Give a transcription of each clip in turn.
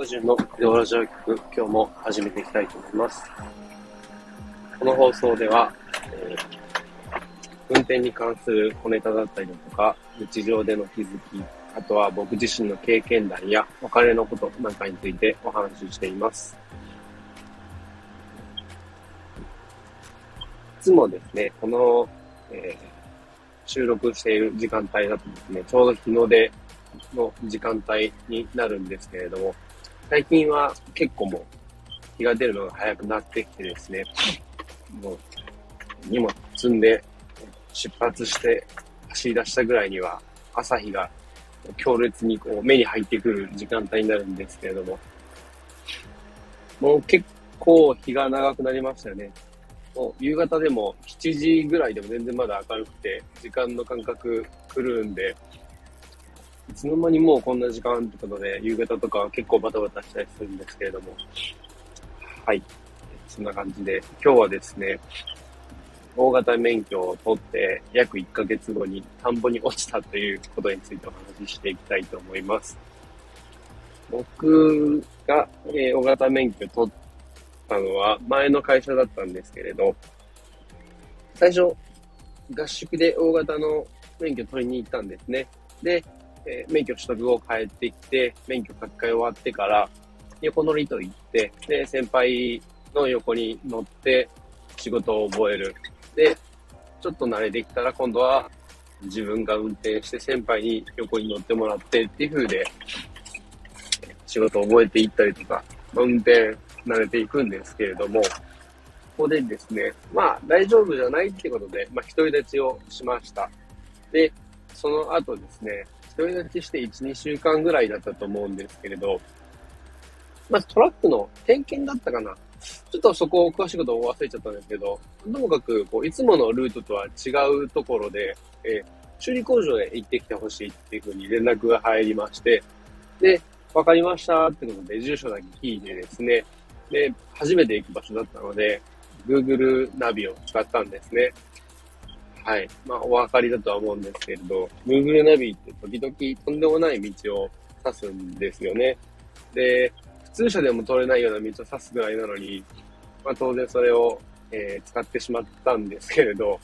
順の道路教育、今日も始めていきたいと思います。この放送では、運転に関する小ネタだったりだとか、日常での気づき、あとは僕自身の経験談やお金のことなんかについてお話ししています。いつもですね、この、収録している時間帯だとですね、ちょうど日の出の時間帯になるんですけれども、最近は結構もう日が出るのが早くなってきてですね、もう荷物積んで出発して走り出したぐらいには朝日が強烈にこう目に入ってくる時間帯になるんですけれども、もう結構日が長くなりましたよね。もう夕方でも7時ぐらいでも全然まだ明るくて、時間の感覚狂うんで、いつの間にもうこんな時間ってことで、夕方とかは結構バタバタしたりするんですけれども。はい。そんな感じで、今日はですね、大型免許を取って約1ヶ月後に田んぼに落ちたということについてお話ししていきたいと思います。僕が、大型免許を取ったのは前の会社だったんですけれど、最初、合宿で大型の免許取りに行ったんですね。で、免許取得後帰ってきて、免許書き換え終わってから、横乗りと言って、で、先輩の横に乗って仕事を覚える。で、ちょっと慣れてきたら今度は自分が運転して先輩に横に乗ってもらってっていう風で仕事を覚えていったりとか、運転慣れていくんですけれども、ここでですね、大丈夫じゃないってことで、独り立ちをしました。で、その後ですね、独り立ちして1、2週間ぐらいだったと思うんですけれど、まずトラックの点検だったかな。ちょっとそこを詳しいことを忘れちゃったんですけど、ともかくいつものルートとは違うところで、修理工場へ行ってきてほしいっていうふうに連絡が入りまして、で、わかりましたってことで住所だけ聞いてですね、で、初めて行く場所だったので、Google ナビを使ったんですね。はい。お分かりだとは思うんですけれど、Google ナビって時々とんでもない道を指すんですよね。で、普通車でも通れないような道を指すぐらいなのに、当然それを、使ってしまったんですけれど、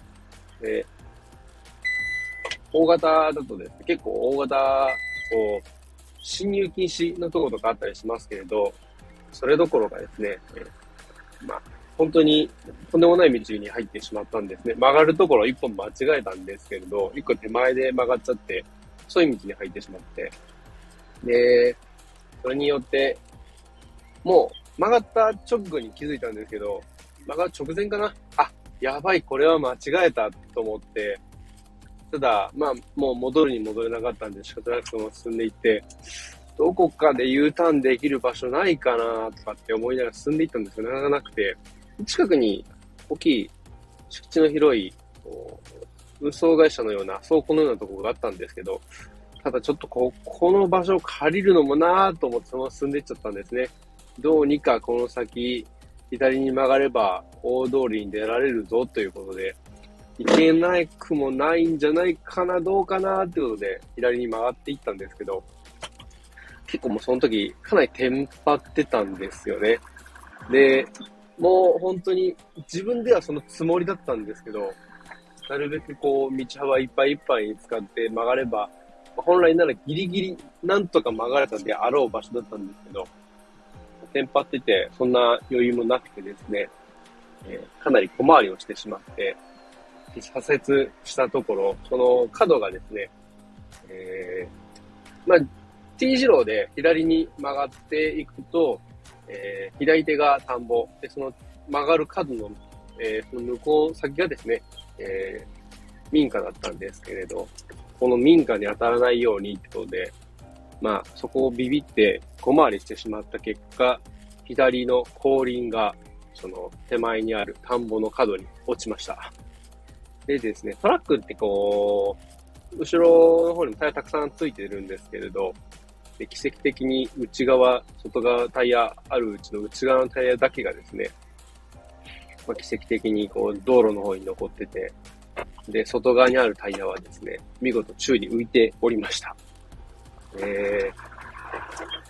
大型だとですね、結構大型、進入禁止のところとかあったりしますけれど、それどころかですね、本当にとんでもない道に入ってしまったんですね。曲がるところ一本間違えたんですけれど、一個手前で曲がっちゃって、そういう道に入ってしまって、で、それによって、もう曲がった直後に気づいたんですけど、曲がる直前かな、やばい、これは間違えたと思って、ただ、もう戻るに戻れなかったんで仕方なくそのまま進んでいって、どこかで U ターンできる場所ないかなとかって思いながら進んでいったんですけど、なかなかなくて、近くに大きい敷地の広い運送会社のような倉庫のようなところがあったんですけど、ただちょっとこの場所を借りるのもなぁと思ってそのまま進んでいっちゃったんですね。どうにかこの先、左に曲がれば大通りに出られるぞということで、いけないくもないんじゃないかな、どうかなってことで左に曲がっていったんですけど、結構もうその時かなりテンパってたんですよね。で、もう本当に自分ではそのつもりだったんですけど、なるべく道幅いっぱいいっぱいに使って曲がれば、本来ならギリギリなんとか曲がれたであろう場所だったんですけど、テンパっててそんな余裕もなくてですね、かなり小回りをしてしまって、左折したところ、その角がですね、T 字路で左に曲がっていくと、左手が田んぼで、その曲がる角の、その向こう先がですね、民家だったんですけれど、この民家に当たらないようにってことで、そこをビビって小回りしてしまった結果、左の後輪がその手前にある田んぼの角に落ちました。でですね、トラックって後ろの方にもタイヤたくさんついてるんですけれど、で奇跡的に内側、外側タイヤあるうちの内側のタイヤだけがですね、奇跡的に道路の方に残ってて、で、外側にあるタイヤはですね、見事宙に浮いておりました。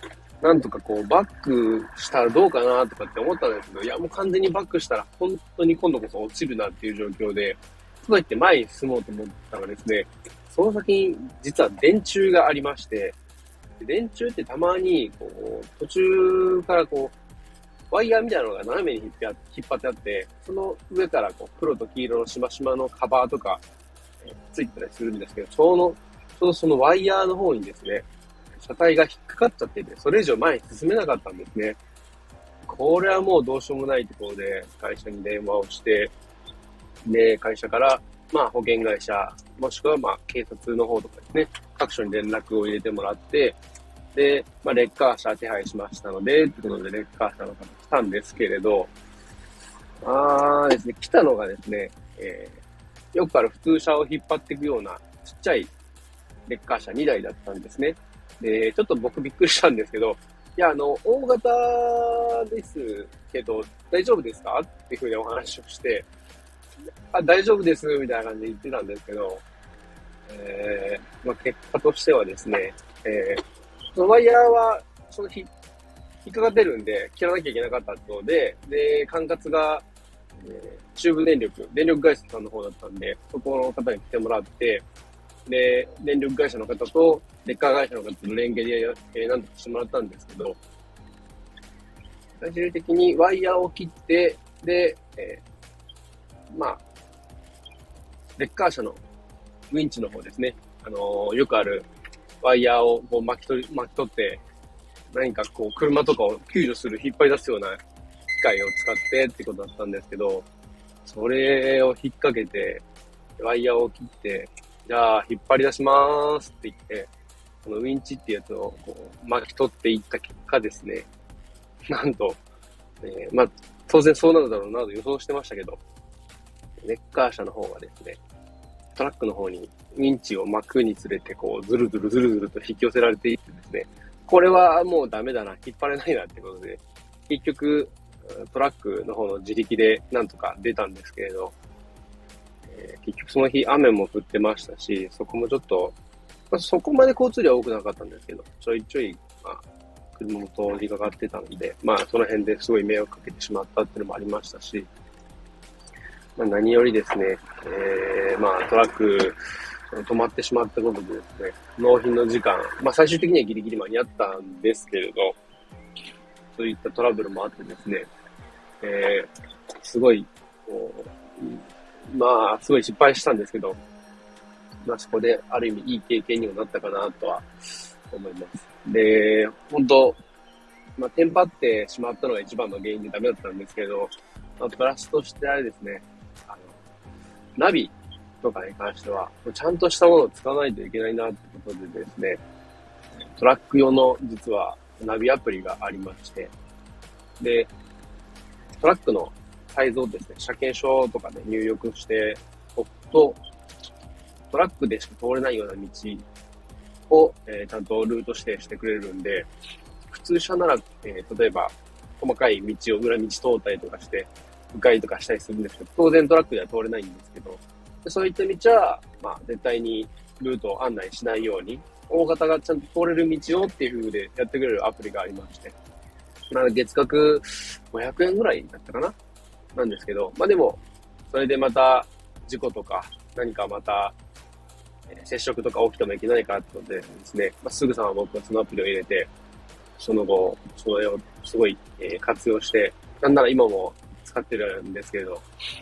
なんとかこう、バックしたらどうかなとかって思ったんですけど、いや、もう完全にバックしたら本当に今度こそ落ちるなっていう状況で、そうやって前に進もうと思ったらですね、その先に実は電柱がありまして、電柱ってたまに、こう、途中からこう、ワイヤーみたいなのが斜めに引っ張ってあって、その上からこう、黒と黄色のしましまのカバーとか、ついてたりするんですけど、ちょうどそのワイヤーの方にですね、車体が引っかかっちゃってて、それ以上前に進めなかったんですね。これはもうどうしようもないところで会社に電話をして、で、会社から、まあ保険会社、もしくはまあ警察の方とかですね、各所に連絡を入れてもらって、で、まあレッカー車手配しましたので、ということでレッカー車の方来たんですけれど、ですね、来たのがですね、よくある普通車を引っ張っていくようなちっちゃいレッカー車2台だったんですね。で、ちょっと僕びっくりしたんですけど、いや、大型ですけど、大丈夫ですかっていうふうにお話をして、大丈夫です、みたいな感じで言ってたんですけど、まあ、結果としてはですね、そのワイヤーは、引っかかってるんで、切らなきゃいけなかったので、で、管轄が、中部電力会社さんの方だったんで、そこの方に来てもらって、で、電力会社の方と、レッカー会社の方との連携で、なんとかしてもらったんですけど、最終的にワイヤーを切って、で、まあ、レッカー車のウィンチの方ですね。よくあるワイヤーをこう巻き取って、何かこう、車とかを救助する、引っ張り出すような機械を使ってってことだったんですけど、それを引っ掛けて、ワイヤーを切って、じゃあ、引っ張り出しますって言って、このウィンチってやつをこう巻き取っていった結果ですね、なんと、まあ、当然そうなるだろうなと予想してましたけど、レッカー車の方がですね、トラックの方にウィンチを巻くにつれて、こう、ずるずるずるずると引き寄せられていってですね、これはもうダメだな、引っ張れないなってことで、結局、トラックの方の自力でなんとか出たんですけれど、結局その日雨も降ってましたし、そこもちょっと、まあ、そこまで交通量は多くなかったんですけど、ちょいちょい、まあ、車も通りかかってたので、まあその辺ですごい迷惑かけてしまったっていうのもありましたし、まあ、何よりですね、まあトラック止まってしまったことでですね、納品の時間、まあ最終的にはギリギリ間に合ったんですけれど、そういったトラブルもあってですね、すごい、まあすごい失敗したんですけど、まあそこである意味いい経験にもなったかなとは思います。で、本当まあテンパってしまったのが一番の原因でダメだったんですけど、まあ、プラスとしてあれですね、ナビとかに関しては、ちゃんとしたものを使わないといけないなってことでですね、トラック用の実はナビアプリがありまして、で、トラックのサイズをですね、車検証とかで入力しておくと、トラックでしか通れないような道を、ちゃんとルート指定してくれるんで、普通車なら、例えば細かい道を裏道通ったりとかして、迂回とかしたりするんですけど、当然トラックでは通れないんですけど、そういった道は、まあ、絶対にルートを案内しないように、大型がちゃんと通れる道をっていう風でやってくれるアプリがありまして、まあ、月額500円ぐらいだったかななんですけど、まあでも、それでまた事故とか何かまた接触とか起きてもいけないかってことでですね、まあ、すぐさま僕はそのアプリを入れて、その後、それをすごい、活用して、なんなら今も使ってるんですけれど、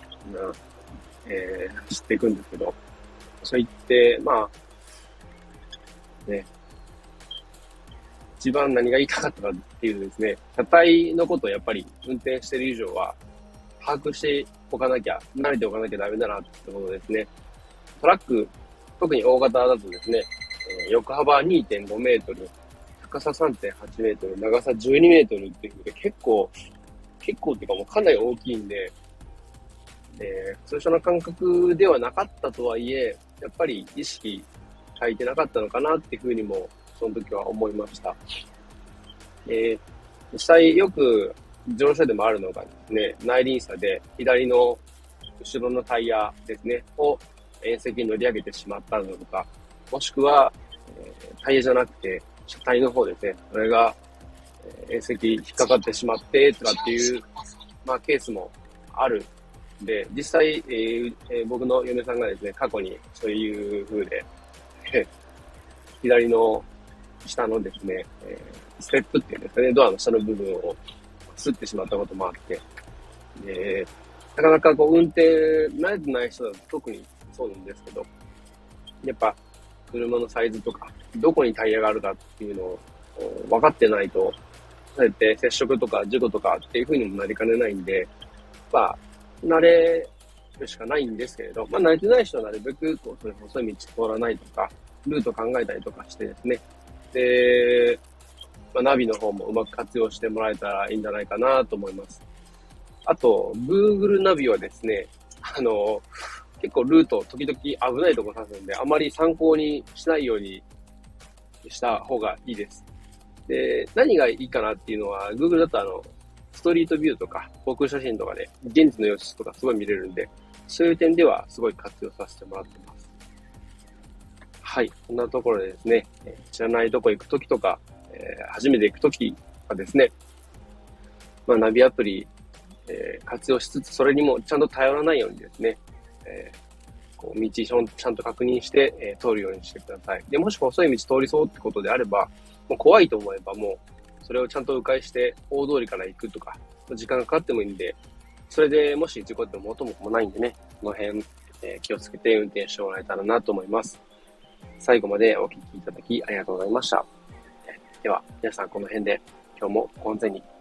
知っていくんですけど、そう言って、まあ、ね、一番何が言いたかったかっていうとですね、車体のことをやっぱり運転してる以上は、把握しておかなきゃ、慣れておかなきゃダメだなってことですね。トラック、特に大型だとですね、横幅2.5メートル、高さ3.8メートル、長さ12メートルっていう風で結構っていうかもうかなり大きいんで、通常の感覚ではなかったとはいえ、やっぱり意識されてなかったのかなっていうふうにも、その時は思いました。実際よく自動車でもあるのがですね、内輪差で左の後ろのタイヤですね、を縁石に乗り上げてしまったのとか、もしくは、タイヤじゃなくて車体の方ですね、それが、 縁石引っかかってしまってとかっていう、ケースもあるんで、実際、僕の嫁さんがですね、過去にそういう風で、左の下のですね、ステップっていうんですかね、ドアの下の部分を擦ってしまったこともあって、なかなかこう運転慣れてない人だと特にそうなんですけど、やっぱ車のサイズとか、どこにタイヤがあるかっていうのを分かってないと、そうやって接触とか事故とかっていう風にもなりかねないんで、慣れるしかないんですけれど、慣れてない人はなるべく、そういう細い道通らないとか、ルート考えたりとかしてですね、で、ナビの方もうまく活用してもらえたらいいんじゃないかなと思います。あと、Google ナビはですね、結構ルート時々危ないとこ指すんで、あまり参考にしないようにした方がいいです。で、何がいいかなっていうのは、Google だとストリートビューとか、航空写真とかで、現地の様子とかすごい見れるんで、そういう点ではすごい活用させてもらってます。はい。こんなところでですね、知らないとこ行くときとか、初めて行くときはですね、ナビアプリ、活用しつつ、それにもちゃんと頼らないようにですね、こう道ちゃんと確認して、通るようにしてください。で、もし細い道通りそうってことであれば、もう怖いと思えばもう、それをちゃんと迂回して大通りから行くとか、時間がかかってもいいんで、それでもし事故っても元も子もないんでね、この辺、気をつけて運転してもらえたらなと思います。最後までお聞きいただきありがとうございました。では、皆さんこの辺で今日もご安全に。